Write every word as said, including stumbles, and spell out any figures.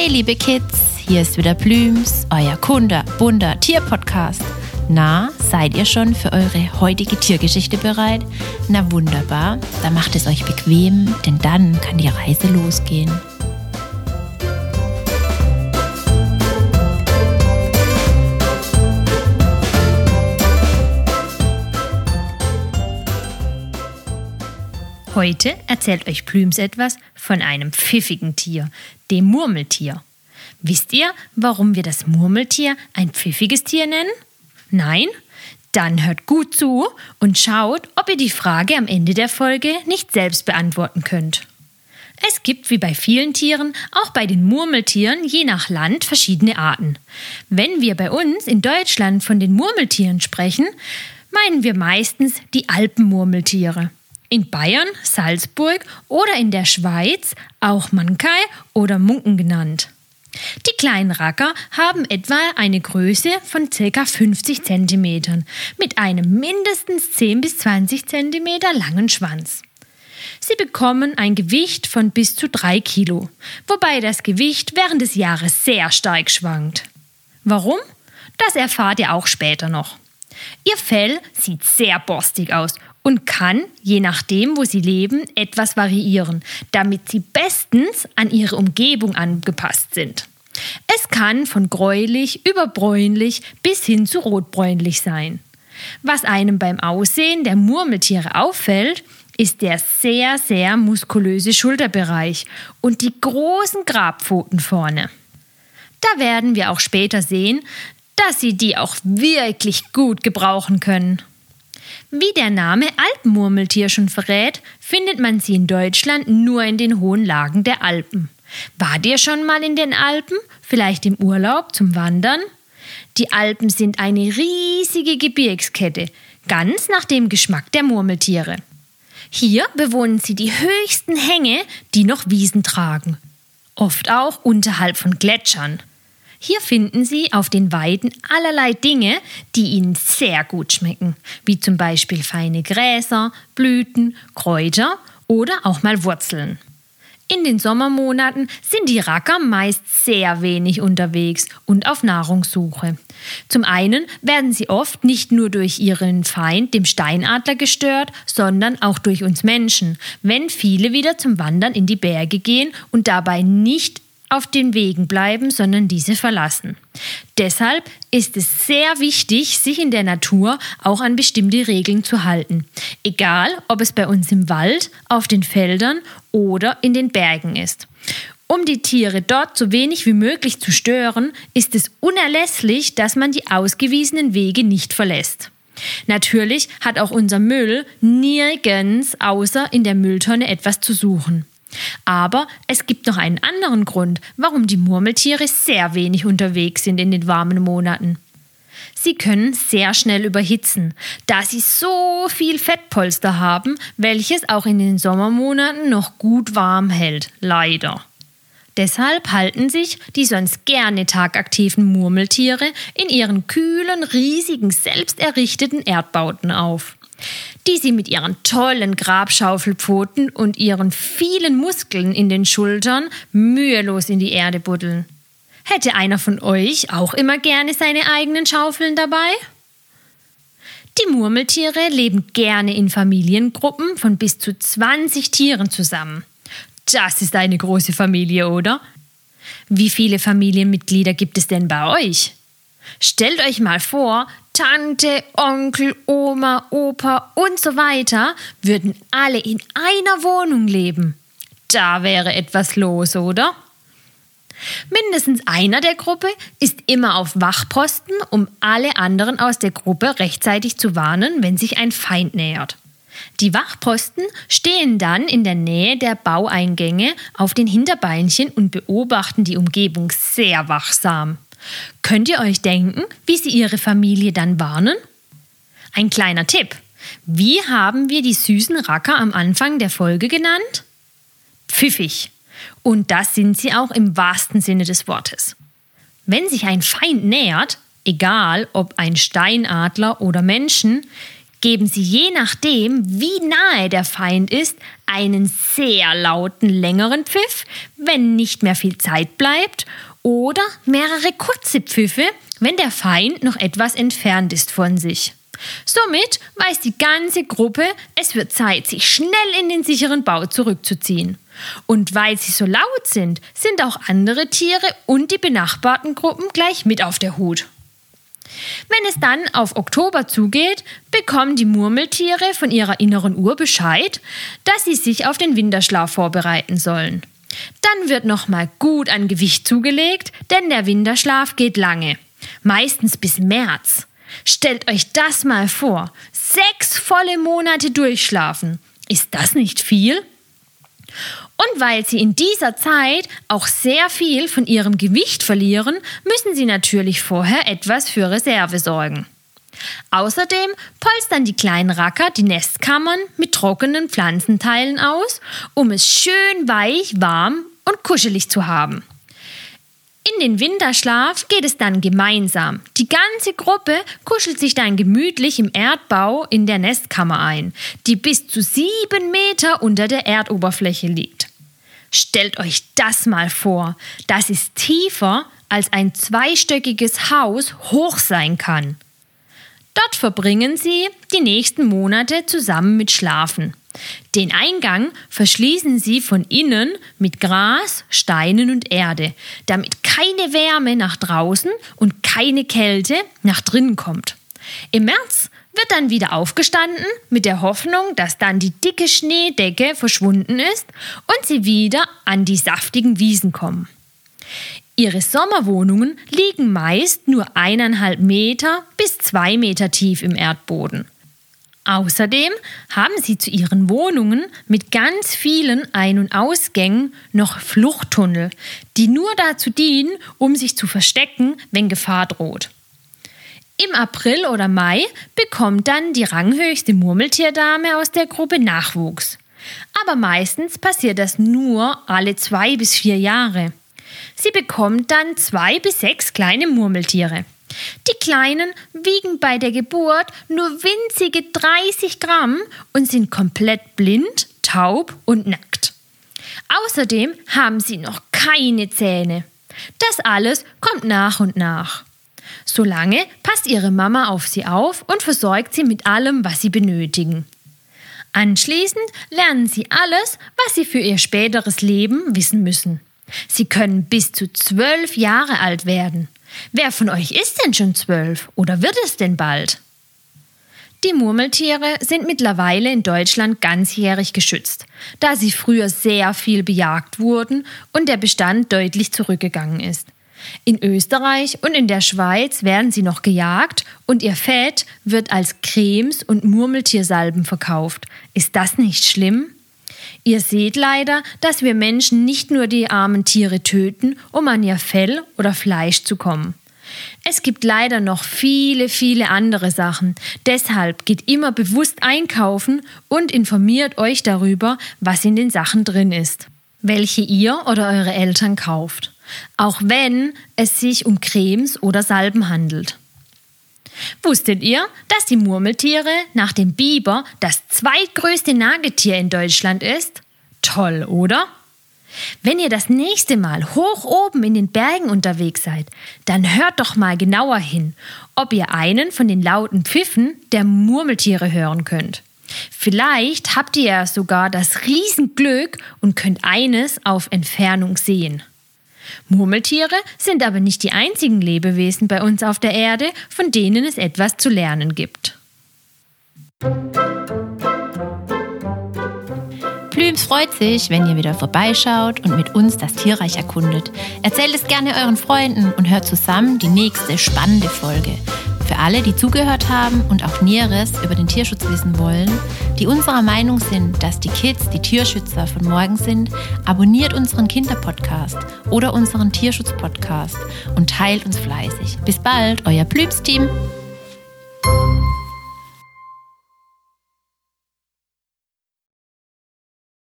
Hey liebe Kids, hier ist wieder Blüms, euer Kunde, bunter Tierpodcast. Na, seid ihr schon für eure heutige Tiergeschichte bereit? Na wunderbar, dann macht es euch bequem, denn dann kann die Reise losgehen. Heute erzählt euch Blüms etwas von einem pfiffigen Tier, dem Murmeltier. Wisst ihr, warum wir das Murmeltier ein pfiffiges Tier nennen? Nein? Dann hört gut zu und schaut, ob ihr die Frage am Ende der Folge nicht selbst beantworten könnt. Es gibt wie bei vielen Tieren, auch bei den Murmeltieren, je nach Land verschiedene Arten. Wenn wir bei uns in Deutschland von den Murmeltieren sprechen, meinen wir meistens die Alpenmurmeltiere. In Bayern, Salzburg oder in der Schweiz auch Mankai oder Munken genannt. Die kleinen Racker haben etwa eine Größe von ca. fünfzig Zentimetern mit einem mindestens zehn bis zwanzig Zentimeter langen Schwanz. Sie bekommen ein Gewicht von bis zu drei Kilo, wobei das Gewicht während des Jahres sehr stark schwankt. Warum? Das erfahrt ihr auch später noch. Ihr Fell sieht sehr borstig aus und kann, je nachdem, wo sie leben, etwas variieren, damit sie bestens an ihre Umgebung angepasst sind. Es kann von gräulich über bräunlich bis hin zu rotbräunlich sein. Was einem beim Aussehen der Murmeltiere auffällt, ist der sehr, sehr muskulöse Schulterbereich und die großen Grabpfoten vorne. Da werden wir auch später sehen, dass sie die auch wirklich gut gebrauchen können. Wie der Name Alpenmurmeltier schon verrät, findet man sie in Deutschland nur in den hohen Lagen der Alpen. Wart ihr schon mal in den Alpen? Vielleicht im Urlaub zum Wandern? Die Alpen sind eine riesige Gebirgskette, ganz nach dem Geschmack der Murmeltiere. Hier bewohnen sie die höchsten Hänge, die noch Wiesen tragen. Oft auch unterhalb von Gletschern. Hier finden Sie auf den Weiden allerlei Dinge, die Ihnen sehr gut schmecken, wie zum Beispiel feine Gräser, Blüten, Kräuter oder auch mal Wurzeln. In den Sommermonaten sind die Racker meist sehr wenig unterwegs und auf Nahrungssuche. Zum einen werden sie oft nicht nur durch ihren Feind, dem Steinadler, gestört, sondern auch durch uns Menschen, wenn viele wieder zum Wandern in die Berge gehen und dabei nicht auf den Wegen bleiben, sondern diese verlassen. Deshalb ist es sehr wichtig, sich in der Natur auch an bestimmte Regeln zu halten. Egal, ob es bei uns im Wald, auf den Feldern oder in den Bergen ist. Um die Tiere dort so wenig wie möglich zu stören, ist es unerlässlich, dass man die ausgewiesenen Wege nicht verlässt. Natürlich hat auch unser Müll nirgends außer in der Mülltonne etwas zu suchen. Aber es gibt noch einen anderen Grund, warum die Murmeltiere sehr wenig unterwegs sind in den warmen Monaten. Sie können sehr schnell überhitzen, da sie so viel Fettpolster haben, welches auch in den Sommermonaten noch gut warm hält, leider. Deshalb halten sich die sonst gerne tagaktiven Murmeltiere in ihren kühlen, riesigen, selbst errichteten Erdbauten auf, die sie mit ihren tollen Grabschaufelpfoten und ihren vielen Muskeln in den Schultern mühelos in die Erde buddeln. Hätte einer von euch auch immer gerne seine eigenen Schaufeln dabei? Die Murmeltiere leben gerne in Familiengruppen von bis zu zwanzig Tieren zusammen. Das ist eine große Familie, oder? Wie viele Familienmitglieder gibt es denn bei euch? Stellt euch mal vor, Tante, Onkel, Oma, Opa und so weiter würden alle in einer Wohnung leben. Da wäre etwas los, oder? Mindestens einer der Gruppe ist immer auf Wachposten, um alle anderen aus der Gruppe rechtzeitig zu warnen, wenn sich ein Feind nähert. Die Wachposten stehen dann in der Nähe der Baueingänge auf den Hinterbeinchen und beobachten die Umgebung sehr wachsam. Könnt ihr euch denken, wie sie ihre Familie dann warnen? Ein kleiner Tipp. Wie haben wir die süßen Racker am Anfang der Folge genannt? Pfiffig. Und das sind sie auch im wahrsten Sinne des Wortes. Wenn sich ein Feind nähert, egal ob ein Steinadler oder Menschen, geben sie je nachdem, wie nahe der Feind ist, einen sehr lauten, längeren Pfiff, wenn nicht mehr viel Zeit bleibt, oder mehrere kurze Pfiffe, wenn der Feind noch etwas entfernt ist von sich. Somit weiß die ganze Gruppe, es wird Zeit, sich schnell in den sicheren Bau zurückzuziehen. Und weil sie so laut sind, sind auch andere Tiere und die benachbarten Gruppen gleich mit auf der Hut. Wenn es dann auf Oktober zugeht, bekommen die Murmeltiere von ihrer inneren Uhr Bescheid, dass sie sich auf den Winterschlaf vorbereiten sollen. Dann wird nochmal gut an Gewicht zugelegt, denn der Winterschlaf geht lange, meistens bis März. Stellt euch das mal vor, sechs volle Monate durchschlafen. Ist das nicht viel? Und weil sie in dieser Zeit auch sehr viel von ihrem Gewicht verlieren, müssen sie natürlich vorher etwas für Reserve sorgen. Außerdem polstern die kleinen Racker die Nestkammern mit trockenen Pflanzenteilen aus, um es schön weich, warm und kuschelig zu haben. In den Winterschlaf geht es dann gemeinsam. Die ganze Gruppe kuschelt sich dann gemütlich im Erdbau in der Nestkammer ein, die bis zu sieben Meter unter der Erdoberfläche liegt. Stellt euch das mal vor, das ist tiefer, als ein zweistöckiges Haus hoch sein kann. Dort verbringen sie die nächsten Monate zusammen mit Schlafen. Den Eingang verschließen sie von innen mit Gras, Steinen und Erde, damit keine Wärme nach draußen und keine Kälte nach drinnen kommt. Im März wird dann wieder aufgestanden mit der Hoffnung, dass dann die dicke Schneedecke verschwunden ist und sie wieder an die saftigen Wiesen kommen. Ihre Sommerwohnungen liegen meist nur eineinhalb Meter bis zwei Meter tief im Erdboden. Außerdem haben sie zu ihren Wohnungen mit ganz vielen Ein- und Ausgängen noch Fluchttunnel, die nur dazu dienen, um sich zu verstecken, wenn Gefahr droht. Im April oder Mai bekommt dann die ranghöchste Murmeltierdame aus der Gruppe Nachwuchs. Aber meistens passiert das nur alle zwei bis vier Jahre. Sie bekommt dann zwei bis sechs kleine Murmeltiere. Die Kleinen wiegen bei der Geburt nur winzige dreißig Gramm und sind komplett blind, taub und nackt. Außerdem haben sie noch keine Zähne. Das alles kommt nach und nach. Solange passt ihre Mama auf sie auf und versorgt sie mit allem, was sie benötigen. Anschließend lernen sie alles, was sie für ihr späteres Leben wissen müssen. Sie können bis zu zwölf Jahre alt werden. Wer von euch ist denn schon zwölf oder wird es denn bald? Die Murmeltiere sind mittlerweile in Deutschland ganzjährig geschützt, da sie früher sehr viel bejagt wurden und der Bestand deutlich zurückgegangen ist. In Österreich und in der Schweiz werden sie noch gejagt und ihr Fett wird als Cremes und Murmeltiersalben verkauft. Ist das nicht schlimm? Ihr seht leider, dass wir Menschen nicht nur die armen Tiere töten, um an ihr Fell oder Fleisch zu kommen. Es gibt leider noch viele, viele andere Sachen. Deshalb geht immer bewusst einkaufen und informiert euch darüber, was in den Sachen drin ist, welche ihr oder eure Eltern kauft. Auch wenn es sich um Cremes oder Salben handelt. Wusstet ihr, dass die Murmeltiere nach dem Biber das zweitgrößte Nagetier in Deutschland ist? Toll, oder? Wenn ihr das nächste Mal hoch oben in den Bergen unterwegs seid, dann hört doch mal genauer hin, ob ihr einen von den lauten Pfiffen der Murmeltiere hören könnt. Vielleicht habt ihr ja sogar das Riesenglück und könnt eines auf Entfernung sehen. Murmeltiere sind aber nicht die einzigen Lebewesen bei uns auf der Erde, von denen es etwas zu lernen gibt. Plüms freut sich, wenn ihr wieder vorbeischaut und mit uns das Tierreich erkundet. Erzählt es gerne euren Freunden und hört zusammen die nächste spannende Folge. Für alle, die zugehört haben und auch Näheres über den Tierschutz wissen wollen, die unserer Meinung sind, dass die Kids die Tierschützer von morgen sind, abonniert unseren Kinderpodcast oder unseren Tierschutz-Podcast und teilt uns fleißig. Bis bald, euer Plüms-Team.